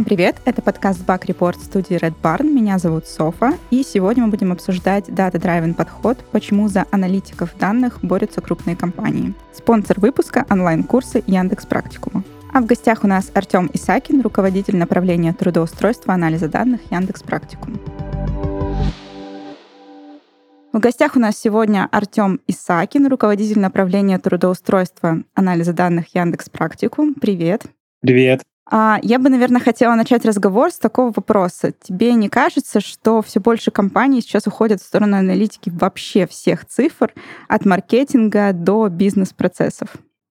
привет! Это подкаст Bug Report студии Red Barn. Меня зовут Софа, и сегодня мы будем обсуждать data-driven подход, почему за аналитиков данных борются крупные компании. Спонсор выпуска — онлайн-курсы Яндекс.Практикума. А в гостях у нас Артем Исакин, руководитель направления трудоустройства анализа данных Яндекс.Практикум. В гостях у нас сегодня Артем Исакин, руководитель направления трудоустройства анализа данных Яндекс.Практикум. Привет! Привет! Я бы, наверное, хотела начать разговор с такого вопроса. Тебе не кажется, что все больше компаний сейчас уходят в сторону аналитики вообще всех цифр, от маркетинга до бизнес-процессов?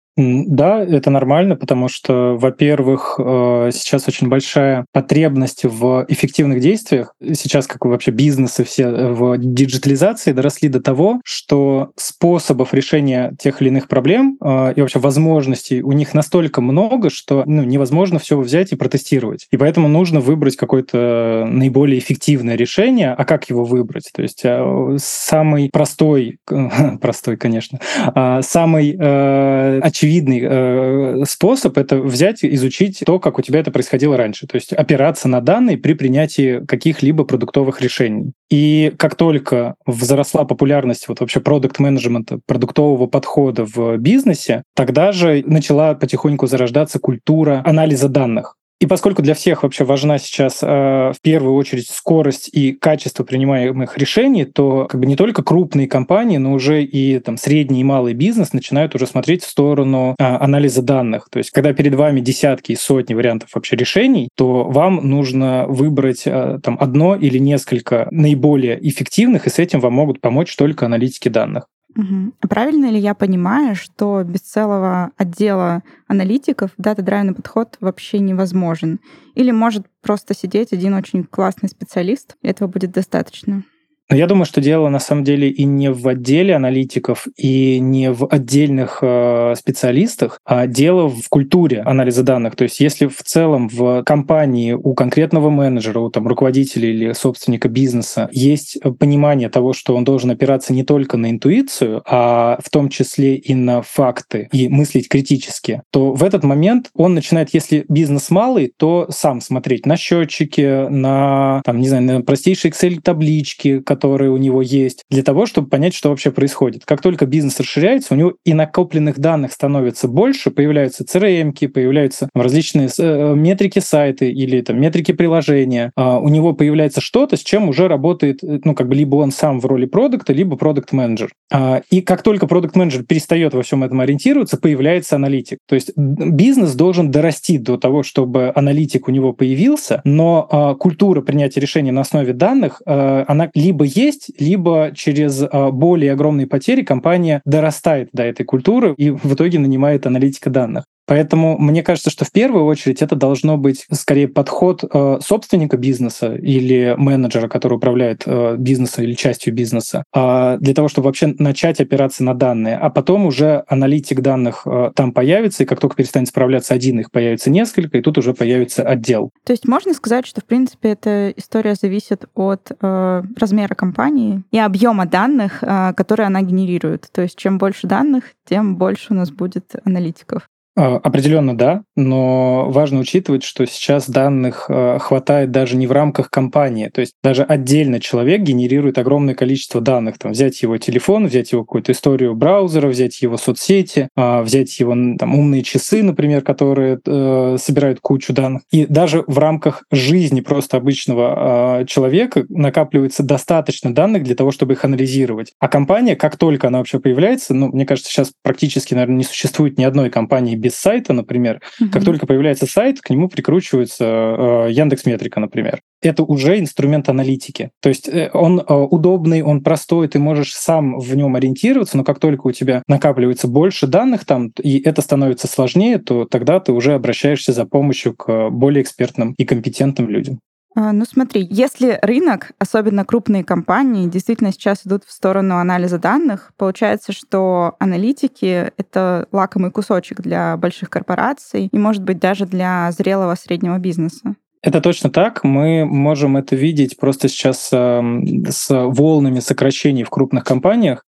Да, это нормально, потому что, во-первых, сейчас очень большая потребность в эффективных действиях. Сейчас, как вообще бизнесы все в диджитализации доросли до того, что способов решения тех или иных проблем и вообще возможностей у них настолько много, что невозможно все взять и протестировать. И поэтому нужно выбрать какое-то наиболее эффективное решение. А как его выбрать? То есть самый простой, конечно, самый очевидный способ — это взять и изучить то, как у тебя это происходило раньше, то есть опираться на данные при принятии каких-либо продуктовых решений. И как только возросла популярность вообще продукт-менеджмента, продуктового подхода в бизнесе, тогда же начала потихоньку зарождаться культура анализа данных. И поскольку для всех вообще важна сейчас в первую очередь скорость и качество принимаемых решений, то не только крупные компании, но уже и средний и малый бизнес начинают уже смотреть в сторону анализа данных. То есть когда перед вами десятки и сотни вариантов вообще решений, то вам нужно выбрать одно или несколько наиболее эффективных, и с этим вам могут помочь только аналитики данных. Угу. Правильно ли я понимаю, что без целого отдела аналитиков data-driven подход вообще невозможен? Или может просто сидеть один очень классный специалист, и этого будет достаточно? Но я думаю, что дело на самом деле и не в отделе аналитиков, и не в отдельных специалистах, а дело в культуре анализа данных. То есть если в целом в компании у конкретного менеджера, у руководителя или собственника бизнеса есть понимание того, что он должен опираться не только на интуицию, а в том числе и на факты, и мыслить критически, то в этот момент он начинает, если бизнес малый, то сам смотреть на счетчики, на простейшие Excel-таблички, которые у него есть, для того, чтобы понять, что вообще происходит. Как только бизнес расширяется, у него и накопленных данных становится больше, появляются CRM-ки, появляются различные метрики сайта или метрики приложения, у него появляется что-то, с чем уже работает, либо он сам в роли продукта, либо продукт-менеджер. И как только продукт-менеджер перестает во всем этом ориентироваться, появляется аналитик. То есть бизнес должен дорасти до того, чтобы аналитик у него появился, но культура принятия решений на основе данных, она либо есть, либо через более огромные потери компания дорастает до этой культуры и в итоге нанимает аналитика данных. Поэтому мне кажется, что в первую очередь это должно быть скорее подход собственника бизнеса или менеджера, который управляет бизнесом или частью бизнеса, для того, чтобы вообще начать опираться на данные. А потом уже аналитик данных там появится, и как только перестанет справляться один, их появится несколько, и тут уже появится отдел. То есть можно сказать, что, в принципе, эта история зависит от размера компании и объема данных, которые она генерирует. То есть чем больше данных, тем больше у нас будет аналитиков. Определенно, да, но важно учитывать, что сейчас данных хватает даже не в рамках компании. То есть даже отдельно человек генерирует огромное количество данных. Взять его телефон, взять его какую-то историю браузера, взять его соцсети, взять его умные часы, например, которые собирают кучу данных. И даже в рамках жизни просто обычного человека накапливается достаточно данных для того, чтобы их анализировать. А компания, как только она вообще появляется, мне кажется, сейчас практически, наверное, не существует ни одной компании без сайта, например. Как только появляется сайт, к нему прикручивается Яндекс.Метрика, например. Это уже инструмент аналитики. То есть он удобный, он простой, ты можешь сам в нем ориентироваться, но как только у тебя накапливается больше данных и это становится сложнее, то тогда ты уже обращаешься за помощью к более экспертным и компетентным людям. Смотри, если рынок, особенно крупные компании, действительно сейчас идут в сторону анализа данных, получается, что аналитики — это лакомый кусочек для больших корпораций и, может быть, даже для зрелого среднего бизнеса. Это точно так. Мы можем это видеть просто сейчас с волнами сокращений в крупных компаниях.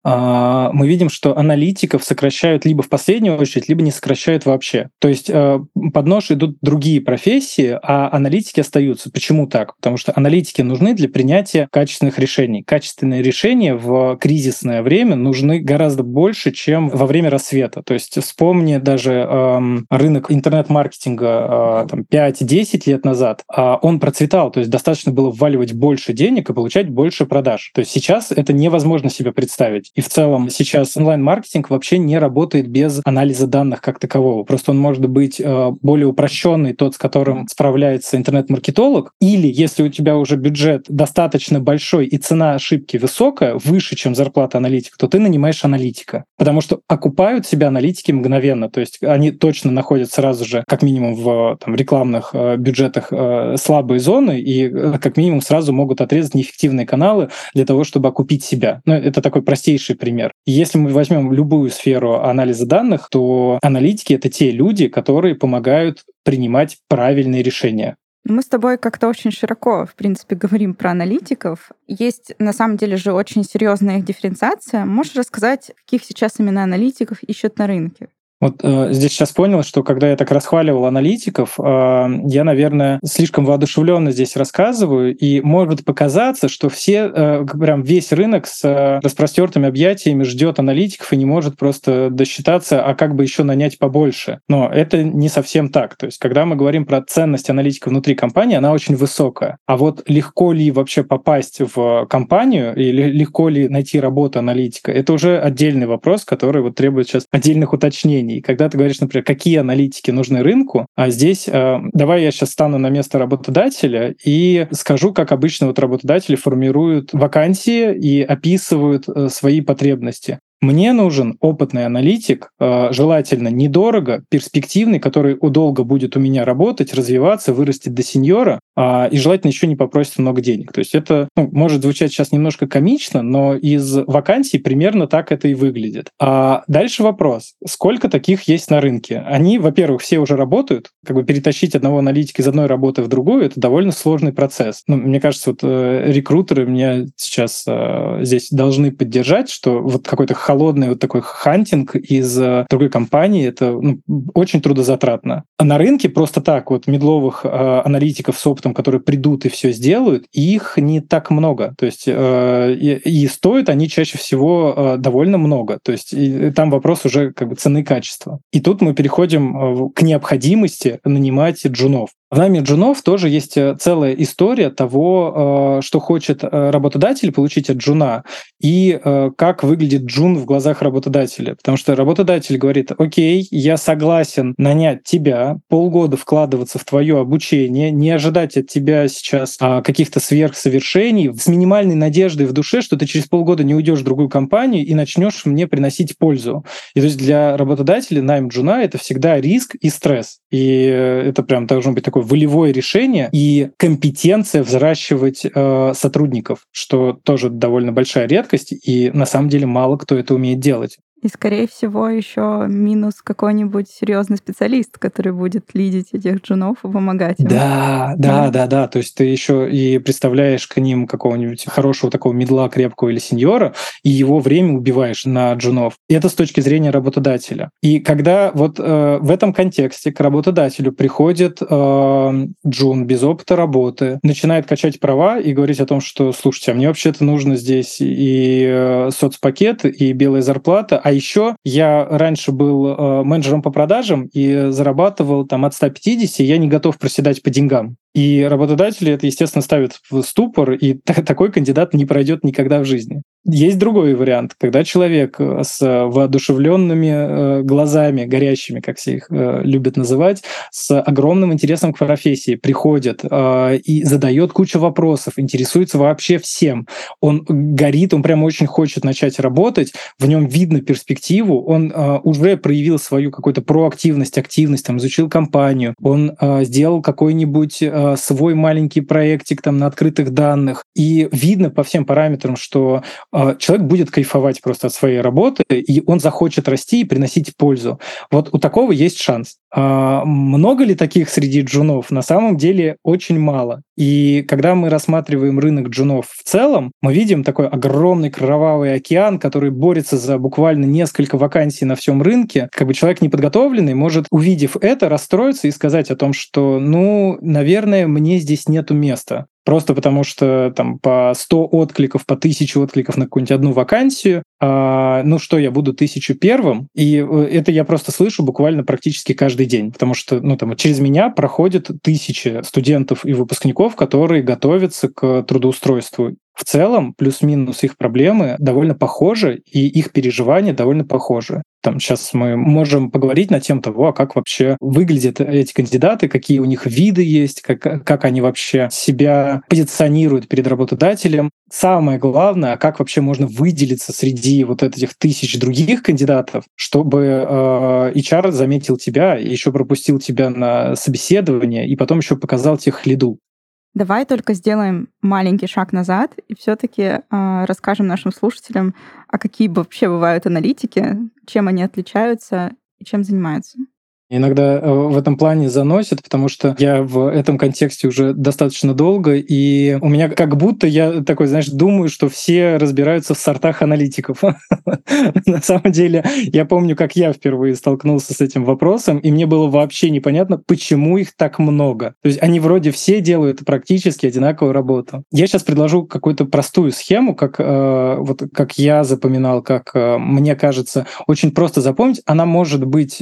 мы видим, что аналитиков сокращают либо в последнюю очередь, либо не сокращают вообще. То есть под нож идут другие профессии, а аналитики остаются. Почему так? Потому что аналитики нужны для принятия качественных решений. Качественные решения в кризисное время нужны гораздо больше, чем во время рассвета. То есть вспомни даже рынок интернет-маркетинга 5-10 лет назад, он процветал, то есть достаточно было вваливать больше денег и получать больше продаж. То есть сейчас это невозможно себе представить. И в целом сейчас онлайн-маркетинг вообще не работает без анализа данных как такового. Просто он может быть более упрощенный, тот, с которым справляется интернет-маркетолог, или если у тебя уже бюджет достаточно большой и цена ошибки высокая, выше, чем зарплата аналитика, то ты нанимаешь аналитика. Потому что окупают себя аналитики мгновенно. То есть они точно находят сразу же, как минимум в рекламных бюджетах, слабые зоны и как минимум сразу могут отрезать неэффективные каналы для того, чтобы окупить себя. Ну, это такой простейший пример. Если мы возьмем любую сферу анализа данных, то аналитики — это те люди, которые помогают принимать правильные решения. Мы с тобой как-то очень широко, в принципе, говорим про аналитиков. Есть, на самом деле же, очень серьезная их дифференциация. Можешь рассказать, каких сейчас именно аналитиков ищут на рынке? Вот здесь сейчас понял, что когда я так расхваливал аналитиков, я, наверное, слишком воодушевленно здесь рассказываю, и может показаться, что все, прям весь рынок с распростертыми объятиями ждет аналитиков и не может просто досчитаться, а как бы еще нанять побольше. Но это не совсем так. То есть, когда мы говорим про ценность аналитика внутри компании, она очень высокая. А вот легко ли вообще попасть в компанию или легко ли найти работу аналитика, это уже отдельный вопрос, который вот требует сейчас отдельных уточнений. И когда ты говоришь, например, какие аналитики нужны рынку, а здесь давай я сейчас стану на место работодателя и скажу, как обычно вот работодатели формируют вакансии и описывают свои потребности. Мне нужен опытный аналитик, желательно недорого, перспективный, который долго будет у меня работать, развиваться, вырастет до сеньора, и желательно еще не попросит много денег. То есть это может звучать сейчас немножко комично, но из вакансий примерно так это и выглядит. А дальше вопрос. Сколько таких есть на рынке? Они, во-первых, все уже работают. Как бы перетащить одного аналитика из одной работы в другую — это довольно сложный процесс. Мне кажется, вот рекрутеры меня сейчас здесь должны поддержать, что вот какой-то холодный вот такой хантинг из другой компании, это очень трудозатратно. А на рынке просто так вот медловых аналитиков с опытом, которые придут и все сделают, их не так много. То есть и стоят они чаще всего довольно много. То есть и там вопрос уже как бы цены и качества. И тут мы переходим к необходимости нанимать джунов. В найме джунов тоже есть целая история того, что хочет работодатель получить от джуна, и как выглядит джун в глазах работодателя. Потому что работодатель говорит: окей, я согласен нанять тебя, полгода вкладываться в твое обучение, не ожидать от тебя сейчас каких-то сверхсовершений, с минимальной надеждой в душе, что ты через полгода не уйдешь в другую компанию и начнешь мне приносить пользу. И то есть для работодателя найм джуна — это всегда риск и стресс. И это прям должно быть такое волевое решение и компетенция взращивать сотрудников, что тоже довольно большая редкость, и на самом деле мало кто это умеет делать. И, скорее всего, еще минус какой-нибудь серьезный специалист, который будет лидить этих джунов и помогать им. Да. То есть ты еще и представляешь к ним какого-нибудь хорошего такого мидла, крепкого или сеньора, и его время убиваешь на джунов. И это с точки зрения работодателя. И когда вот в этом контексте к работодателю приходит джун без опыта работы, начинает качать права и говорить о том, что, слушайте, а мне вообще-то нужно здесь и соцпакет, и белая зарплата, а еще я раньше был менеджером по продажам и зарабатывал там от 150, я не готов проседать по деньгам. И работодатели это, естественно, ставят в ступор, и такой кандидат не пройдет никогда в жизни. Есть другой вариант, когда человек с воодушевленными глазами, горящими, как все их любят называть, с огромным интересом к профессии приходит и задает кучу вопросов, интересуется вообще всем. Он горит, он прямо очень хочет начать работать, в нем видно перспективу, он уже проявил свою какую-то проактивность, активность, там, изучил компанию, он сделал какой-нибудь свой маленький проектик там на открытых данных, и видно по всем параметрам, что человек будет кайфовать просто от своей работы, и он захочет расти и приносить пользу. Вот у такого есть шанс. Много ли таких среди джунов? На самом деле очень мало. И когда мы рассматриваем рынок джунов в целом, мы видим такой огромный кровавый океан, который борется за буквально несколько вакансий на всем рынке. Как бы человек неподготовленный может, увидев это, расстроиться и сказать о том, что, наверное, мне здесь нету места. Просто потому что там по 100 откликов, по 1000 откликов на какую-нибудь одну вакансию, что я буду 1001-м, и это я просто слышу буквально практически каждый день, потому что через меня проходят тысячи студентов и выпускников, которые готовятся к трудоустройству. В целом, плюс-минус их проблемы довольно похожи, и их переживания довольно похожи. Сейчас мы можем поговорить на тему того, как вообще выглядят эти кандидаты, какие у них виды есть, как они вообще себя позиционируют перед работодателем. Самое главное, как вообще можно выделиться среди вот этих тысяч других кандидатов, чтобы HR заметил тебя, еще пропустил тебя на собеседование и потом еще показал тех лиду. Давай только сделаем маленький шаг назад и все-таки расскажем нашим слушателям, какие вообще бывают аналитики, чем они отличаются и чем занимаются. Иногда в этом плане заносит, потому что я в этом контексте уже достаточно долго, и у меня как будто я такой, думаю, что все разбираются в сортах аналитиков. На самом деле, я помню, как я впервые столкнулся с этим вопросом, и мне было вообще непонятно, почему их так много. То есть они вроде все делают практически одинаковую работу. Я сейчас предложу какую-то простую схему, как я запоминал, как мне кажется, очень просто запомнить. Она может быть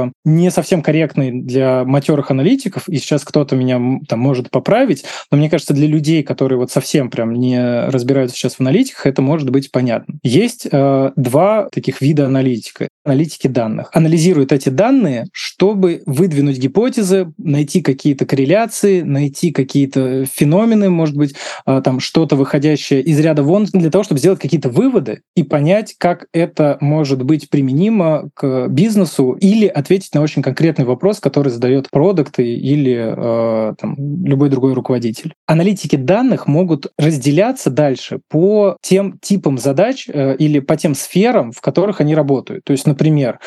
не совсем корректный для матерых аналитиков, и сейчас кто-то меня может поправить, но мне кажется, для людей, которые совсем прям не разбираются сейчас в аналитиках, это может быть понятно. Есть два таких вида аналитика. Аналитики данных. Анализируют эти данные, чтобы выдвинуть гипотезы, найти какие-то корреляции, найти какие-то феномены, может быть, что-то выходящее из ряда вон, для того, чтобы сделать какие-то выводы и понять, как это может быть применимо к бизнесу или ответить на очень конкретный вопрос, который задает продукт или любой другой руководитель. Аналитики данных могут разделяться дальше по тем типам задач или по тем сферам, в которых они работают. То есть, например,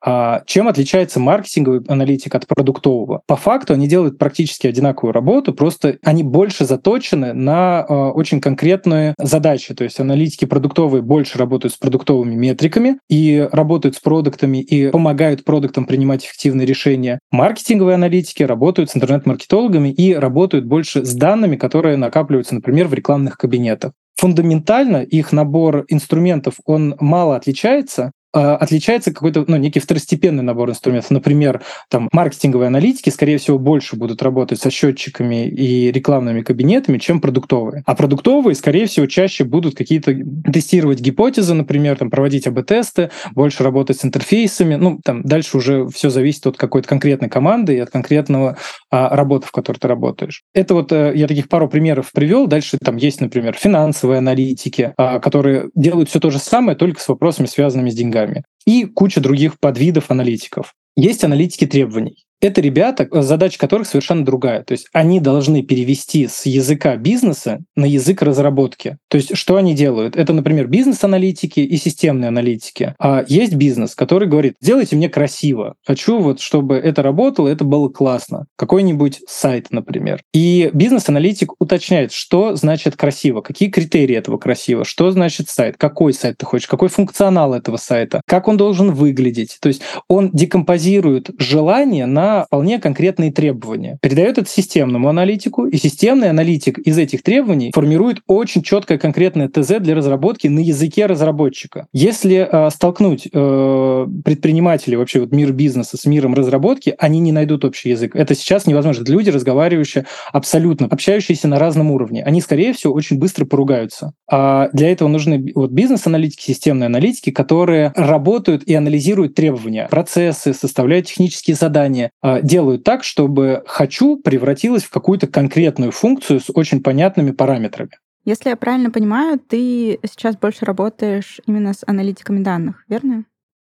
чем отличается маркетинговый аналитик от продуктового? По факту они делают практически одинаковую работу, просто они больше заточены на очень конкретные задачи. То есть аналитики продуктовые больше работают с продуктовыми метриками и работают с продуктами и помогают продуктам принимать эффективные решения. Маркетинговые аналитики работают с интернет-маркетологами и работают больше с данными, которые накапливаются, например, в рекламных кабинетах. Фундаментально их набор инструментов, он мало отличается. Отличается какой-то некий второстепенный набор инструментов. Например, маркетинговые аналитики, скорее всего, больше будут работать со счетчиками и рекламными кабинетами, чем продуктовые. А продуктовые, скорее всего, чаще будут какие-то тестировать гипотезы, например, проводить АБ-тесты, больше работать с интерфейсами. Дальше уже все зависит от какой-то конкретной команды и от конкретного работы, в которой ты работаешь. Это я таких пару примеров привел. Дальше есть, например, финансовые аналитики, которые делают все то же самое, только с вопросами, связанными с деньгами. И куча других подвидов аналитиков. Есть аналитики требований. Это ребята, задача которых совершенно другая. То есть они должны перевести с языка бизнеса на язык разработки. То есть что они делают? Это, например, бизнес-аналитики и системные аналитики. А есть бизнес, который говорит: сделайте мне красиво. Хочу чтобы это работало, это было классно. Какой-нибудь сайт, например. И бизнес-аналитик уточняет, что значит красиво, какие критерии этого красиво, что значит сайт, какой сайт ты хочешь, какой функционал этого сайта, как он должен выглядеть. То есть он декомпозирует желание на вполне конкретные требования. Передает это системному аналитику, и системный аналитик из этих требований формирует очень четкое конкретное ТЗ для разработки на языке разработчика. Если столкнуть предпринимателей, вообще мир бизнеса с миром разработки, они не найдут общий язык. Это сейчас невозможно. Это люди, разговаривающие абсолютно, общающиеся на разном уровне. Они, скорее всего, очень быстро поругаются. А для этого нужны бизнес-аналитики, системные аналитики, которые работают и анализируют требования, процессы, составляют технические задания, делают так, чтобы «хочу» превратилось в какую-то конкретную функцию с очень понятными параметрами. Если я правильно понимаю, ты сейчас больше работаешь именно с аналитиками данных, верно?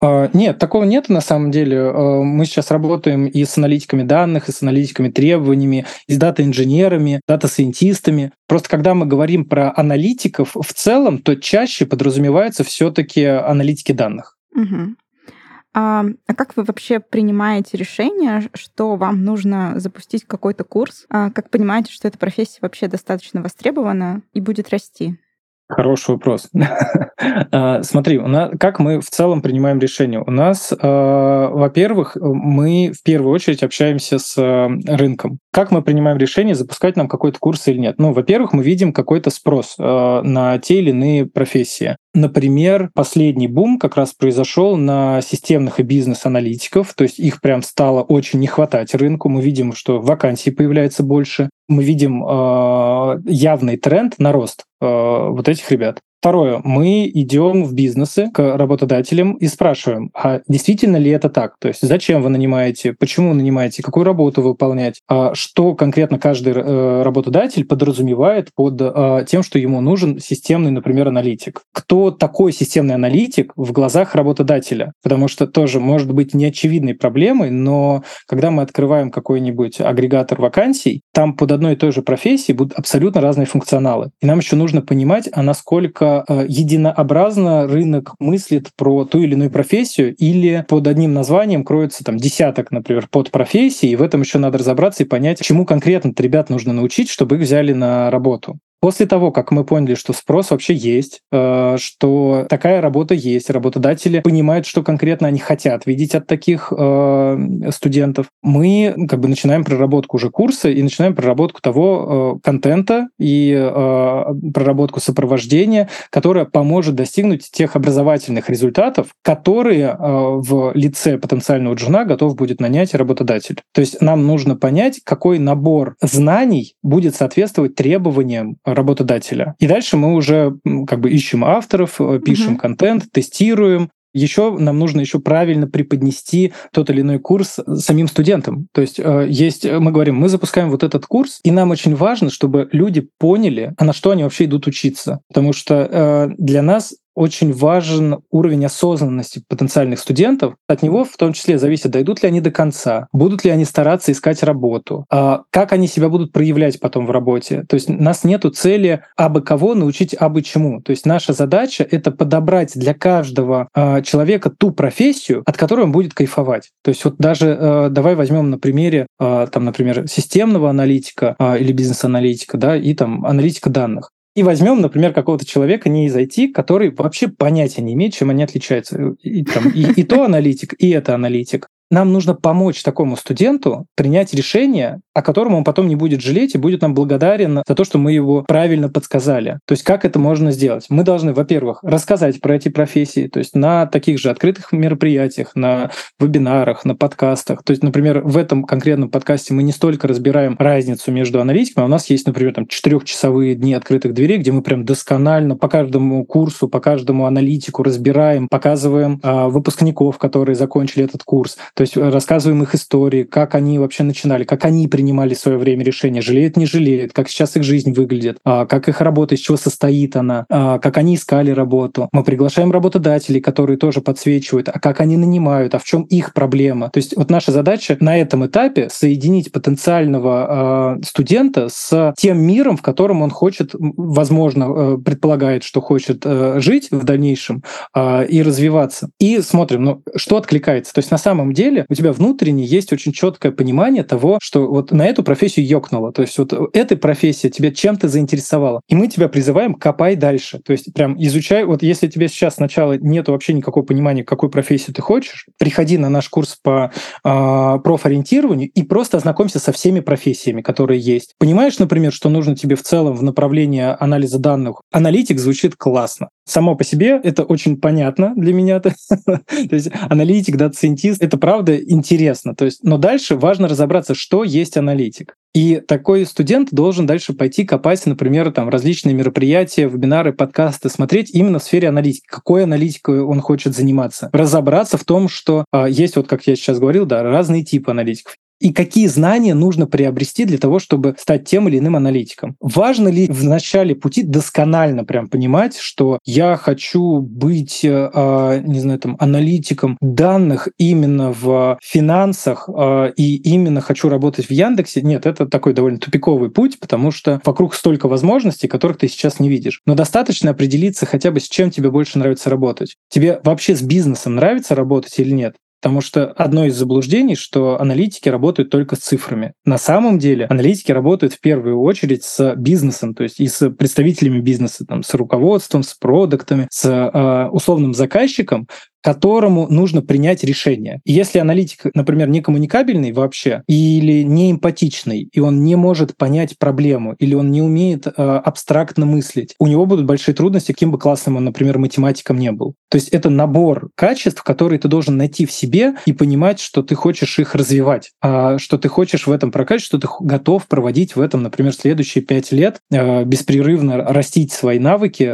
Нет, такого нет на самом деле. Мы сейчас работаем и с аналитиками данных, и с аналитиками требованиями, и с дата-инженерами, дата-сайентистами. Просто когда мы говорим про аналитиков в целом, то чаще подразумевается все-таки аналитики данных. Мгм. А как вы вообще принимаете решение, что вам нужно запустить какой-то курс? Как понимаете, что эта профессия вообще достаточно востребована и будет расти? Хороший вопрос. Смотри, как мы в целом принимаем решения? У нас, во-первых, мы в первую очередь общаемся с рынком. Как мы принимаем решение, запускать нам какой-то курс или нет? Ну, во-первых, мы видим какой-то спрос на те или иные профессии. Например, последний бум как раз произошел на системных и бизнес-аналитиков, то есть их прям стало очень не хватать рынку. Мы видим, что вакансий появляется больше. Мы видим явный тренд на рост вот этих ребят. Второе. Мы идем в бизнесы к работодателям и спрашиваем, а действительно ли это так? То есть зачем вы нанимаете, почему нанимаете, какую работу выполнять, что конкретно каждый работодатель подразумевает под тем, что ему нужен системный, например, аналитик. Кто такой системный аналитик в глазах работодателя? Потому что тоже может быть неочевидной проблемой, но когда мы открываем какой-нибудь агрегатор вакансий, там под одной и той же профессией будут абсолютно разные функционалы. И нам еще нужно понимать, а насколько единообразно рынок мыслит про ту или иную профессию, или под одним названием кроется там десяток, например, подпрофессий, и в этом еще надо разобраться и понять, чему конкретно ребят нужно научить, чтобы их взяли на работу. После того, как мы поняли, что спрос вообще есть, что такая работа есть, работодатели понимают, что конкретно они хотят видеть от таких студентов, мы начинаем проработку уже курса и начинаем проработку того контента и проработку сопровождения, которая поможет достигнуть тех образовательных результатов, которые в лице потенциального джуна готов будет нанять работодатель. То есть нам нужно понять, какой набор знаний будет соответствовать требованиям работодателя. И дальше мы уже ищем авторов, пишем контент, тестируем. Еще нам нужно еще правильно преподнести тот или иной курс самим студентам. То есть мы говорим, мы запускаем вот этот курс, и нам очень важно, чтобы люди поняли, а на что они вообще идут учиться. Потому что для нас очень важен уровень осознанности потенциальных студентов. От него в том числе зависит, дойдут ли они до конца, будут ли они стараться искать работу, как они себя будут проявлять потом в работе. То есть у нас нету цели абы кого научить абы чему. То есть наша задача — это подобрать для каждого человека ту профессию, от которой он будет кайфовать. То есть вот даже давай возьмем на примере, например, системного аналитика или бизнес-аналитика, да, и аналитика данных. И возьмем, например, какого-то человека не из IT, который вообще понятия не имеет, чем они отличаются. И то аналитик, и это аналитик. Нам нужно помочь такому студенту принять решение, о котором он потом не будет жалеть и будет нам благодарен за то, что мы его правильно подсказали. То есть как это можно сделать? Мы должны, во-первых, рассказать про эти профессии, то есть на таких же открытых мероприятиях, на вебинарах, на подкастах. То есть, например, в этом конкретном подкасте мы не столько разбираем разницу между аналитиками, а у нас есть, например, 4-часовые дни открытых дверей, где мы прям досконально по каждому курсу, по каждому аналитику разбираем, показываем выпускников, которые закончили этот курс. То есть рассказываем их истории, как они вообще начинали, как они принимали в свое время решения, жалеют, не жалеют, как сейчас их жизнь выглядит, как их работа, из чего состоит она, как они искали работу. Мы приглашаем работодателей, которые тоже подсвечивают, а как они нанимают, а в чем их проблема. То есть вот наша задача на этом этапе соединить потенциального студента с тем миром, в котором он хочет, возможно, предполагает, что хочет жить в дальнейшем и развиваться. И смотрим, что откликается. То есть на самом деле у тебя внутренне есть очень четкое понимание того, что вот на эту профессию ёкнуло. То есть вот эта профессия тебя чем-то заинтересовала. И мы тебя призываем, копай дальше. То есть прям изучай. Вот если тебе сейчас сначала нету вообще никакого понимания, какую профессию ты хочешь, приходи на наш курс по профориентированию и просто ознакомься со всеми профессиями, которые есть. Понимаешь, например, что нужно тебе в целом в направлении анализа данных? Аналитик звучит классно. Само по себе это очень понятно для меня. То есть аналитик, дата-сайентист — это правда интересно. То есть, но дальше важно разобраться, что есть аналитик. И такой студент должен дальше пойти копать, например, различные мероприятия, вебинары, подкасты, смотреть именно в сфере аналитики. Какой аналитикой он хочет заниматься. Разобраться в том, что есть, вот как я сейчас говорил, разные типы аналитиков. и какие знания нужно приобрести для того, чтобы стать тем или иным аналитиком. Важно ли в начале пути досконально прям понимать, что я хочу быть, не знаю, там, аналитиком данных именно в финансах и именно хочу работать в Яндексе? Нет, это такой довольно тупиковый путь, потому что вокруг столько возможностей, которых ты сейчас не видишь. Но достаточно определиться хотя бы, с чем тебе больше нравится работать. Тебе вообще с бизнесом нравится работать или нет? Потому что одно из заблуждений, что аналитики работают только с цифрами. На самом деле аналитики работают в первую очередь с бизнесом, то есть и с представителями бизнеса, там, с руководством, с продуктами, с условным заказчиком, которому нужно принять решение. И если аналитик, например, не коммуникабельный вообще или не эмпатичный, и он не может понять проблему, или он не умеет абстрактно мыслить, у него будут большие трудности, каким бы классным он, например, математиком не был. То есть это набор качеств, которые ты должен найти в себе и понимать, что ты хочешь их развивать, что ты хочешь в этом прокачивать, что ты готов проводить в этом, например, следующие 5 лет, беспрерывно растить свои навыки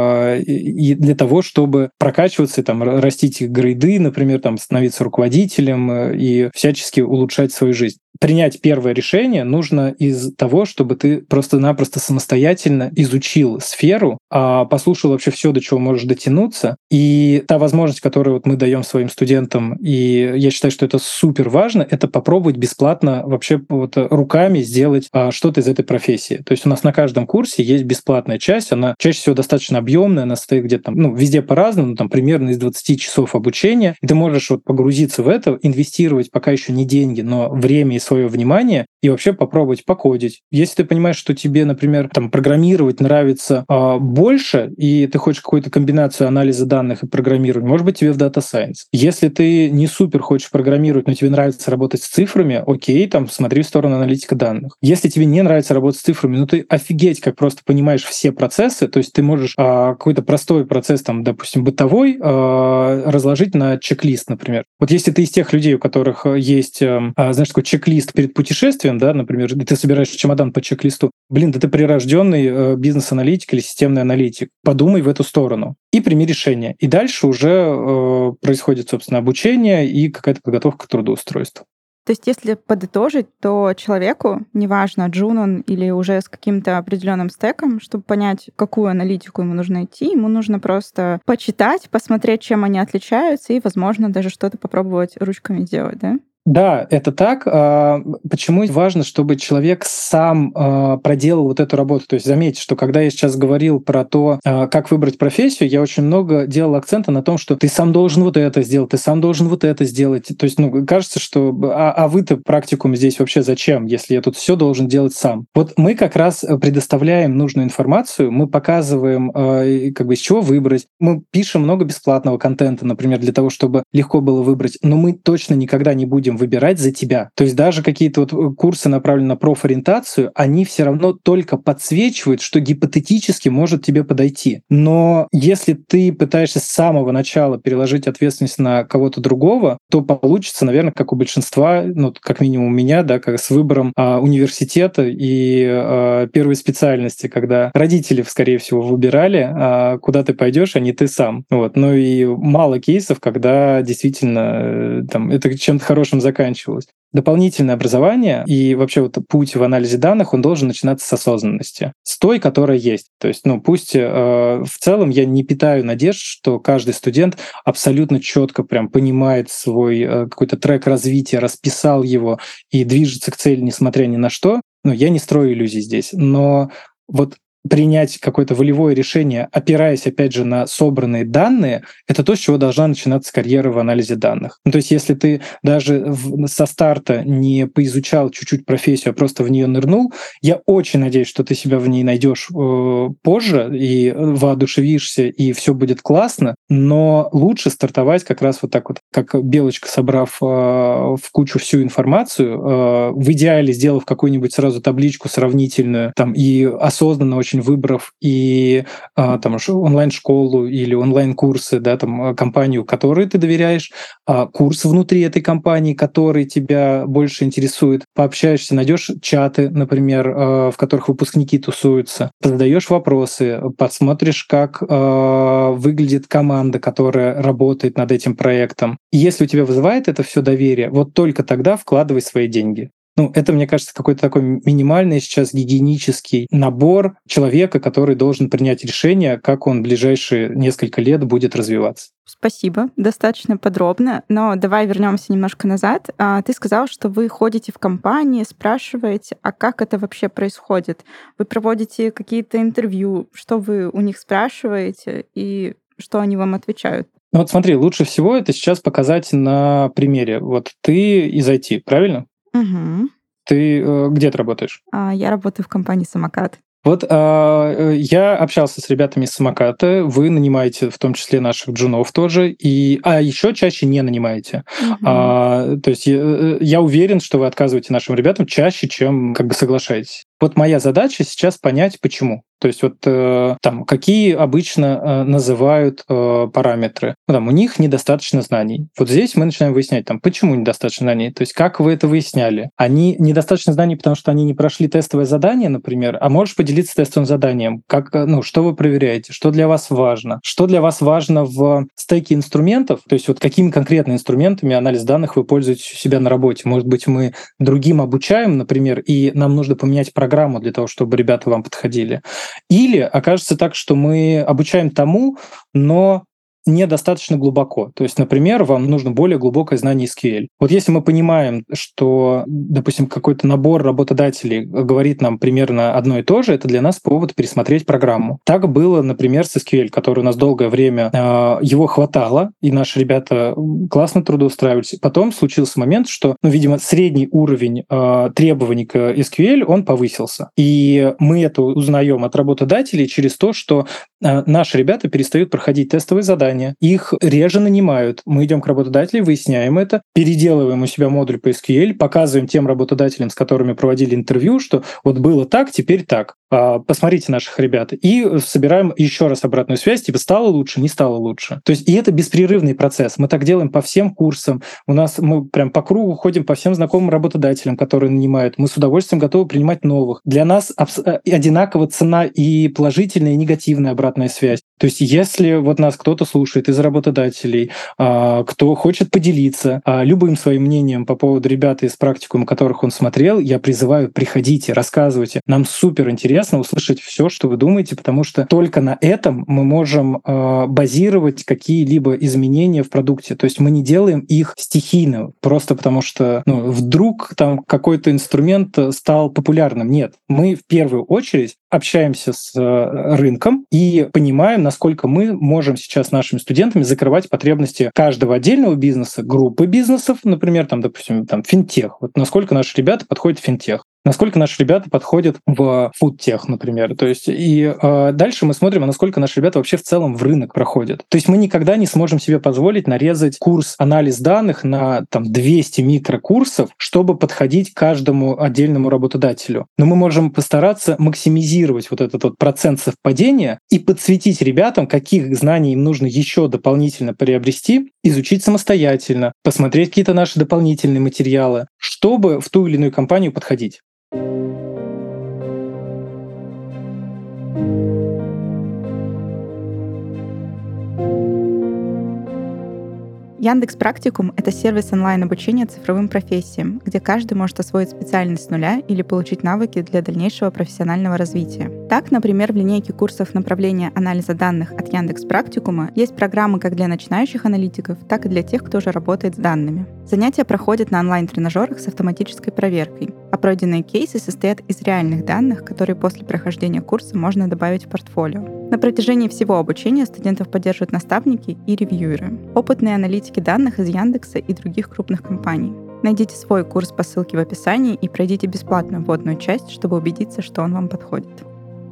и для того, чтобы прокачиваться, там, растить грейды, например, там, становиться руководителем и всячески улучшать свою жизнь. Принять первое решение нужно из того, чтобы ты просто-напросто самостоятельно изучил сферу, послушал вообще все, до чего можешь дотянуться. И та возможность, которую вот мы даем своим студентам, и я считаю, что это супер важно, это попробовать бесплатно вообще вот руками сделать что-то из этой профессии. То есть у нас на каждом курсе есть бесплатная часть, она чаще всего достаточно объемная, она состоит где-то там, ну, везде по-разному, там примерно из 20 часов обучения. И ты можешь вот погрузиться в это, инвестировать пока еще не деньги, но время и свое внимание, и вообще попробовать покодить. Если ты понимаешь, что тебе, например, там, программировать нравится больше, и ты хочешь какую-то комбинацию анализа данных и программирования, может быть, тебе в Data Science. Если ты не супер хочешь программировать, но тебе нравится работать с цифрами, окей, там, смотри в сторону аналитика данных. Если тебе не нравится работать с цифрами, но ты офигеть как просто понимаешь все процессы, то есть ты можешь какой-то простой процесс, там, допустим, бытовой, разложить на чек-лист, например. Вот если ты из тех людей, у которых есть, знаешь, такой чек-лист перед путешествием, да, например, и ты собираешь чемодан по чек-листу, блин, да ты прирожденный бизнес-аналитик или системный аналитик. Подумай в эту сторону и прими решение. И дальше уже происходит, собственно, обучение и какая-то подготовка к трудоустройству. То есть, если подытожить, то человеку, неважно, джун он или уже с каким-то определенным стеком, чтобы понять, какую аналитику ему нужно идти, ему нужно просто почитать, посмотреть, чем они отличаются, и, возможно, даже что-то попробовать ручками сделать, да? Да, это так. Почему важно, чтобы человек сам проделал вот эту работу? То есть заметьте, что когда я сейчас говорил про то, как выбрать профессию, я очень много делал акцента на том, что ты сам должен вот это сделать, ты сам должен вот это сделать. То есть, кажется, что вы-то практикум здесь вообще зачем, если я тут все должен делать сам? Вот мы как раз предоставляем нужную информацию, мы показываем, как бы из чего выбрать. Мы пишем много бесплатного контента, например, для того, чтобы легко было выбрать, но мы точно никогда не будем выбирать за тебя. То есть даже какие-то вот курсы, направленные на профориентацию, они все равно только подсвечивают, что гипотетически может тебе подойти. Но если ты пытаешься с самого начала переложить ответственность на кого-то другого, то получится, наверное, как у большинства, ну, как минимум у меня, да, как с выбором университета и первой специальности, когда родители, скорее всего, выбирали, куда ты пойдешь, а не ты сам. Вот. Ну и мало кейсов, когда действительно там, это чем-то хорошим заканчивалось. Дополнительное образование и вообще вот путь в анализе данных, он должен начинаться с осознанности, с той, которая есть. То есть, пусть в целом я не питаю надежд, что каждый студент абсолютно четко прям понимает свой какой-то трек развития, расписал его и движется к цели, несмотря ни на что. Я не строю иллюзий здесь, но вот принять какое-то волевое решение, опираясь, опять же, на собранные данные, это то, с чего должна начинаться карьера в анализе данных. То есть если ты даже со старта не поизучал чуть-чуть профессию, а просто в нее нырнул, я очень надеюсь, что ты себя в ней найдешь позже и воодушевишься, и все будет классно, но лучше стартовать как раз вот так вот, как белочка, собрав в кучу всю информацию, в идеале сделав какую-нибудь сразу табличку сравнительную, там, и осознанно очень выбрав и там онлайн-школу или онлайн-курсы, да, там, компанию, которой ты доверяешь, курс внутри этой компании, который тебя больше интересует, пообщаешься, найдешь чаты, например, в которых выпускники тусуются, задаешь вопросы, посмотришь, как выглядит команда, команда, которая работает над этим проектом. И если у тебя вызывает это все доверие, вот только тогда вкладывай свои деньги. Это, мне кажется, какой-то такой минимальный сейчас гигиенический набор человека, который должен принять решение, как он в ближайшие несколько лет будет развиваться. Спасибо, достаточно подробно. Но давай вернемся немножко назад. Ты сказал, что вы ходите в компании, спрашиваете, а как это вообще происходит? Вы проводите какие-то интервью, что вы у них спрашиваете и что они вам отвечают? Вот смотри, лучше всего это сейчас показать на примере. Вот ты из IT, правильно? Угу. Ты где ты работаешь? Я работаю в компании «Самокат». Вот я общался с ребятами из «Самоката», вы нанимаете в том числе наших джунов тоже, а еще чаще не нанимаете. То есть я уверен, что вы отказываете нашим ребятам чаще, чем соглашаетесь. Вот моя задача сейчас понять, почему. То есть какие обычно называют параметры. У них недостаточно знаний. Вот здесь мы начинаем выяснять, почему недостаточно знаний. То есть как вы это выясняли? Они недостаточно знаний, потому что они не прошли тестовое задание, например, а можешь поделиться тестовым заданием? Что вы проверяете? Что для вас важно? Что для вас важно в стеке инструментов? То есть какими конкретно инструментами анализ данных вы пользуетесь у себя на работе? Может быть, мы другим обучаем, например, и нам нужно поменять программу для того, чтобы ребята вам подходили. Или окажется так, что мы обучаем тому, но недостаточно глубоко. То есть, например, вам нужно более глубокое знание SQL. Вот если мы понимаем, что, допустим, какой-то набор работодателей говорит нам примерно одно и то же, это для нас повод пересмотреть программу. Так было, например, с SQL, который у нас долгое время его хватало, и наши ребята классно трудоустраивались. Потом случился момент, что, видимо, средний уровень требований к SQL, он повысился. И мы это узнаем от работодателей через то, что наши ребята перестают проходить тестовые задания, их реже нанимают. Мы идем к работодателю, выясняем это, переделываем у себя модуль по SQL, показываем тем работодателям, с которыми проводили интервью, что вот было так, теперь так. Посмотрите наших ребят. И собираем еще раз обратную связь, стало лучше, не стало лучше. То есть и это беспрерывный процесс. Мы так делаем по всем курсам. Мы прям по кругу ходим по всем знакомым работодателям, которые нанимают. Мы с удовольствием готовы принимать новых. Для нас одинаково цена и положительная, и негативная обратная связь. То есть если нас кто-то слушает из работодателей, кто хочет поделиться любым своим мнением по поводу ребят из практикума, которых он смотрел, я призываю, приходите, рассказывайте. Нам супер интересно услышать все, что вы думаете, потому что только на этом мы можем базировать какие-либо изменения в продукте. То есть мы не делаем их стихийно, просто потому что вдруг какой-то инструмент стал популярным. Нет, мы в первую очередь общаемся с рынком и понимаем, насколько мы можем сейчас нашими студентами закрывать потребности каждого отдельного бизнеса, группы бизнесов, например, допустим, финтех. Вот насколько наши ребята подходят в финтех. Насколько наши ребята подходят в фудтех, например. То есть дальше мы смотрим, насколько наши ребята вообще в целом в рынок проходят. То есть мы никогда не сможем себе позволить нарезать курс анализ данных на 200 микрокурсов, чтобы подходить каждому отдельному работодателю. Но мы можем постараться максимизировать этот процент совпадения и подсветить ребятам, каких знаний им нужно еще дополнительно приобрести, изучить самостоятельно, посмотреть какие-то наши дополнительные материалы, чтобы в ту или иную компанию подходить. Яндекс Практикум — это сервис онлайн-обучения цифровым профессиям, где каждый может освоить специальность с нуля или получить навыки для дальнейшего профессионального развития. Так, например, в линейке курсов направления анализа данных от Яндекс Практикума есть программы как для начинающих аналитиков, так и для тех, кто уже работает с данными. Занятия проходят на онлайн-тренажерах с автоматической проверкой, а пройденные кейсы состоят из реальных данных, которые после прохождения курса можно добавить в портфолио. На протяжении всего обучения студентов поддерживают наставники и ревьюеры, опытные аналитики данных из Яндекса и других крупных компаний. Найдите свой курс по ссылке в описании и пройдите бесплатную вводную часть, чтобы убедиться, что он вам подходит.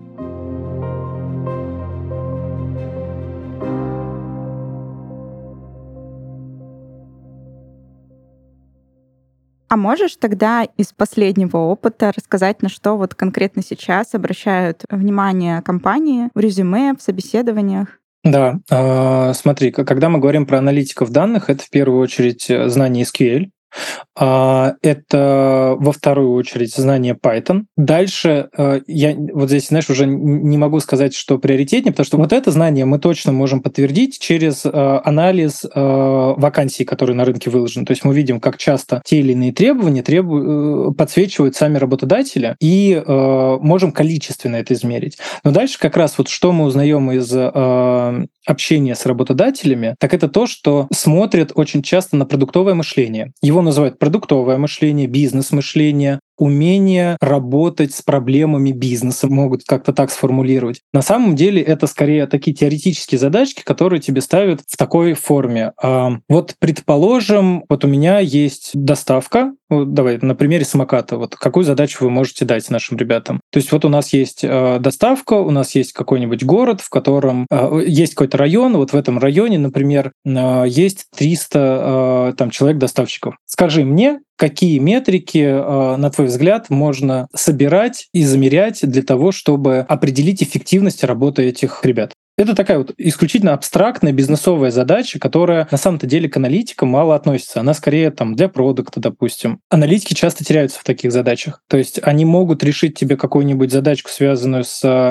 А можешь тогда из последнего опыта рассказать, на что конкретно сейчас обращают внимание компании в резюме, в собеседованиях? Да, смотри, когда мы говорим про аналитиков данных, это в первую очередь знание SQL. Это во вторую очередь знание Python. Дальше я вот здесь, знаешь, уже не могу сказать, что приоритетнее, потому что вот это знание мы точно можем подтвердить через анализ вакансий, которые на рынке выложены. То есть мы видим, как часто те или иные требования подсвечивают сами работодатели, и можем количественно это измерить. Но дальше как раз вот что мы узнаем из общения с работодателями, так это то, что смотрят очень часто на продуктовое мышление. Его называют продуктовое мышление, бизнес-мышление, умение работать с проблемами бизнеса, могут как-то так сформулировать. На самом деле это скорее такие теоретические задачки, которые тебе ставят в такой форме. Вот предположим, вот у меня есть доставка, вот давай на примере самоката, вот какую задачу вы можете дать нашим ребятам. То есть вот у нас есть доставка, у нас есть какой-нибудь город, в котором есть какой-то район, вот в этом районе, например, есть 300 человек-доставщиков. Скажи мне, какие метрики, на твой взгляд, можно собирать и замерять для того, чтобы определить эффективность работы этих ребят? Это такая вот исключительно абстрактная бизнесовая задача, которая на самом-то деле к аналитикам мало относится. Она скорее для продукта, допустим. Аналитики часто теряются в таких задачах. То есть они могут решить тебе какую-нибудь задачку, связанную с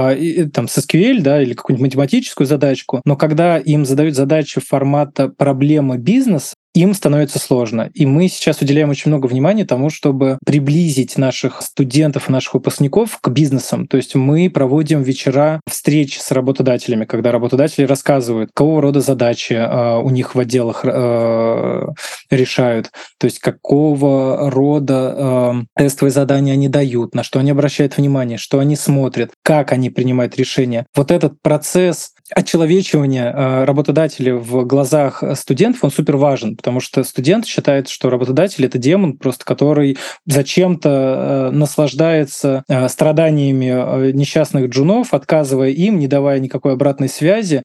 SQL, да, или какую-нибудь математическую задачку, но когда им задают задачи формата проблемы бизнеса, им становится сложно. И мы сейчас уделяем очень много внимания тому, чтобы приблизить наших студентов и наших выпускников к бизнесам. То есть мы проводим вечера встреч с работодателями, когда работодатели рассказывают, какого рода задачи у них в отделах решают, то есть какого рода тестовые задания они дают, на что они обращают внимание, что они смотрят, как они принимают решения. Вот этот процесс очеловечивания работодателя в глазах студентов, он супер важен, потому что студент считает, что работодатель — это демон, просто который зачем-то наслаждается страданиями несчастных джунов, отказывая им, не давая никакой обратной связи,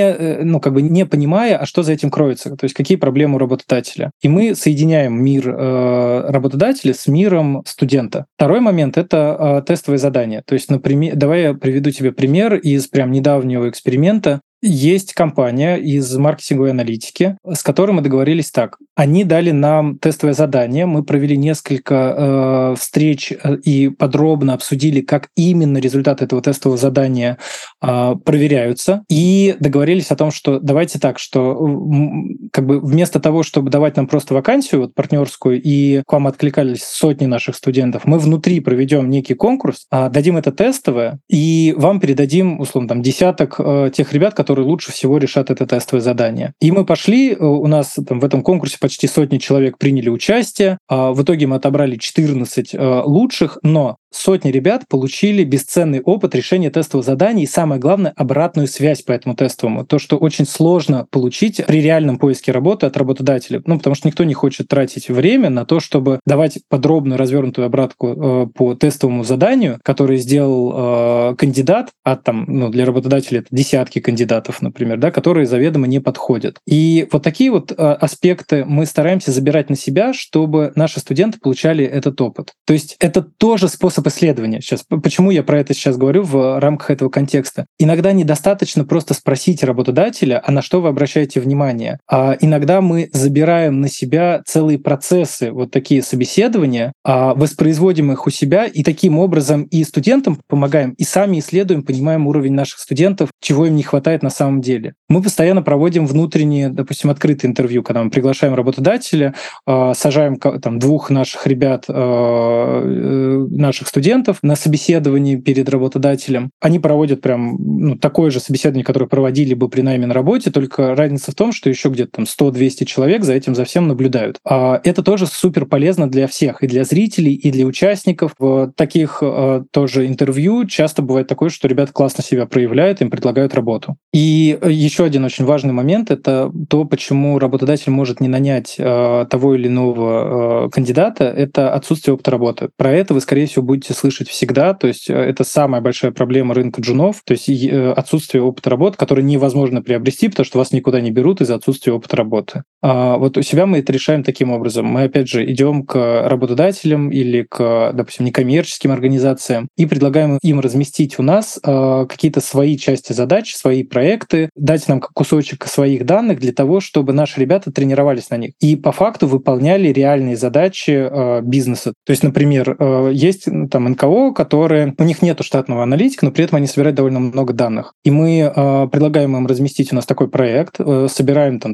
не понимая, а что за этим кроется, то есть какие проблемы у работодателя. И мы соединяем мир работодателя с миром студента. Второй момент — это тестовые задания. То есть, например, давай я приведу тебе пример из прям недавнего эксперимента. Есть компания из маркетинговой аналитики, с которой мы договорились так. Они дали нам тестовое задание, мы провели несколько встреч и подробно обсудили, как именно результаты этого тестового задания проверяются, и договорились о том, что давайте так, что вместо того, чтобы давать нам просто вакансию вот, партнерскую, и к вам откликались сотни наших студентов, мы внутри проведем некий конкурс, дадим это тестовое, и вам передадим, условно, десяток тех ребят, которые лучше всего решат это тестовое задание. И мы пошли, у нас в этом конкурсе почти сотни человек приняли участие, в итоге мы отобрали 14 лучших, но сотни ребят получили бесценный опыт решения тестового задания и, самое главное, обратную связь по этому тестовому. То, что очень сложно получить при реальном поиске работы от работодателя. Потому что никто не хочет тратить время на то, чтобы давать подробную, развернутую обратку по тестовому заданию, который сделал кандидат, для работодателя это десятки кандидатов, например, да, которые заведомо не подходят. И вот такие вот аспекты мы стараемся забирать на себя, чтобы наши студенты получали этот опыт. То есть это тоже способ исследования. Сейчас, почему я про это сейчас говорю в рамках этого контекста? Иногда недостаточно просто спросить работодателя, а на что вы обращаете внимание? А иногда мы забираем на себя целые процессы, вот такие собеседования, воспроизводим их у себя, и таким образом и студентам помогаем, и сами исследуем, понимаем уровень наших студентов, чего им не хватает на самом деле. Мы постоянно проводим внутренние, допустим, открытые интервью, когда мы приглашаем работодателя, сажаем двух наших ребят, наших студентов на собеседовании перед работодателем. Они проводят прям такое же собеседование, которое проводили бы при найме на работе, только разница в том, что еще где-то 100-200 человек за этим за всем наблюдают. Это тоже супер полезно для всех, и для зрителей, и для участников. В таких тоже интервью часто бывает такое, что ребята классно себя проявляют, им предлагают работу. И еще один очень важный момент — это то, почему работодатель может не нанять того или иного кандидата, это отсутствие опыта работы. Про это вы, скорее всего, будете будете слышать всегда. То есть это самая большая проблема рынка джунов, то есть отсутствие опыта работы, который невозможно приобрести, потому что вас никуда не берут из-за отсутствия опыта работы. Вот у себя мы это решаем таким образом. Мы, опять же, идем к работодателям или к, допустим, некоммерческим организациям и предлагаем им разместить у нас какие-то свои части задач, свои проекты, дать нам кусочек своих данных для того, чтобы наши ребята тренировались на них и по факту выполняли реальные задачи бизнеса. То есть, например, есть там НКО, которые у них нету штатного аналитика, но при этом они собирают довольно много данных. И мы предлагаем им разместить у нас такой проект, собираем там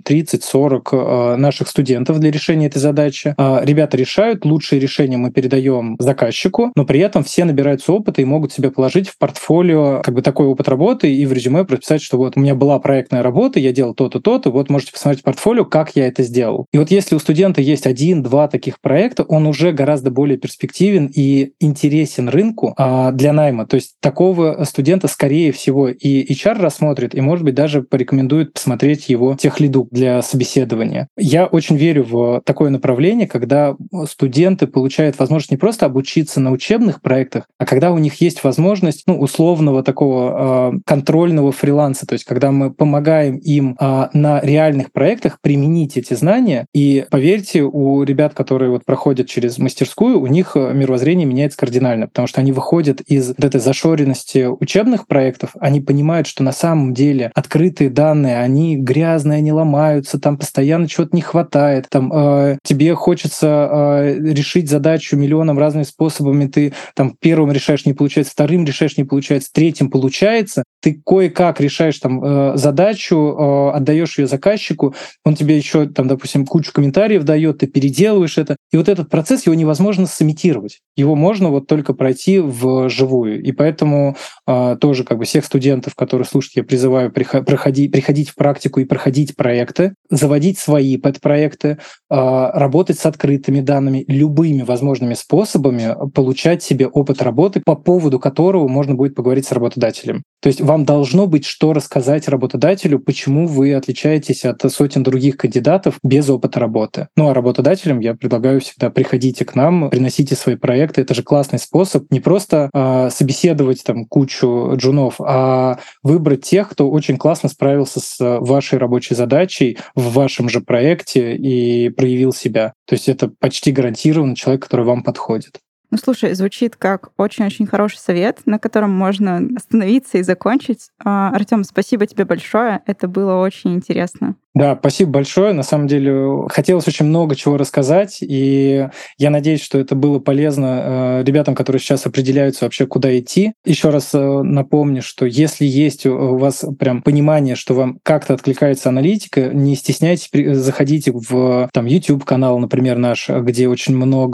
30-40 наших студентов для решения этой задачи. Ребята решают, лучшие решения мы передаем заказчику, но при этом все набираются опыта и могут себе положить в портфолио как бы такой опыт работы и в резюме прописать, что вот у меня была проектная работа, я делал то-то, то-то, вот можете посмотреть в портфолио, как я это сделал. И вот если у студента есть 1-2 таких проекта, он уже гораздо более перспективен и интересен рынку для найма. То есть такого студента, скорее всего, и HR рассмотрит, и, может быть, даже порекомендует посмотреть его техлиду для собеседования. Я очень верю в такое направление, когда студенты получают возможность не просто обучиться на учебных проектах, а когда у них есть возможность условного такого контрольного фриланса, то есть когда мы помогаем им на реальных проектах применить эти знания. И поверьте, у ребят, которые вот проходят через мастерскую, у них мировоззрение меняется кардинально, потому что они выходят из вот этой зашоренности учебных проектов, они понимают, что на самом деле открытые данные, они грязные, они ломаются, там постоянно чего-то не хватает, там тебе хочется решить задачу миллионом разными способами, ты там первым решаешь, не получается, вторым решаешь, не получается, третьим получается, ты кое-как решаешь там задачу, отдаешь ее заказчику, он тебе еще там, допустим, кучу комментариев дает, ты переделываешь это, и вот этот процесс, его невозможно сымитировать, его можно вот только пройти вживую, и поэтому тоже как бы всех студентов, которые слушают, я призываю приходить в практику и проходить проекты, заводить свои подпроекты, работать с открытыми данными, любыми возможными способами получать себе опыт работы, по поводу которого можно будет поговорить с работодателем. То есть вам должно быть что рассказать работодателю, почему вы отличаетесь от сотен других кандидатов без опыта работы. Ну а работодателям я предлагаю всегда приходите к нам, приносите свои проекты. Это же классный способ не просто собеседовать там кучу джунов, а выбрать тех, кто очень классно справился с вашей рабочей задачей в вашем же проекте и проявил себя. То есть это почти гарантированно человек, который вам подходит. Ну, слушай, звучит как очень-очень хороший совет, на котором можно остановиться и закончить. Артём, спасибо тебе большое. Это было очень интересно. Да, спасибо большое. На самом деле хотелось очень много чего рассказать, и я надеюсь, что это было полезно ребятам, которые сейчас определяются вообще, куда идти. Еще раз напомню, что если есть у вас прям понимание, что вам как-то откликается аналитика, не стесняйтесь, заходите в там, YouTube-канал, например, наш, где очень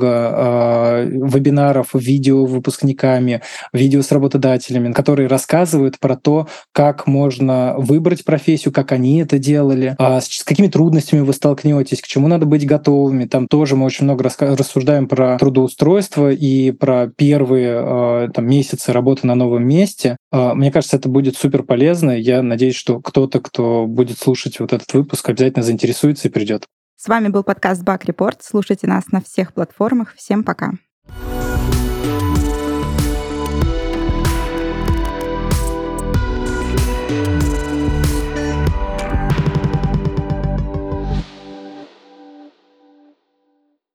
много вебинаров, видео выпускниками, видео с работодателями, которые рассказывают про то, как можно выбрать профессию, как они это делали, с какими трудностями вы столкнетесь, к чему надо быть готовыми. Там тоже мы очень много рассуждаем про трудоустройство и про первые там, месяцы работы на новом месте. Мне кажется, это будет супер полезно. Я надеюсь, что кто-то, кто будет слушать вот этот выпуск, обязательно заинтересуется и придет. С вами был подкаст Bug Report. Слушайте нас на всех платформах. Всем пока.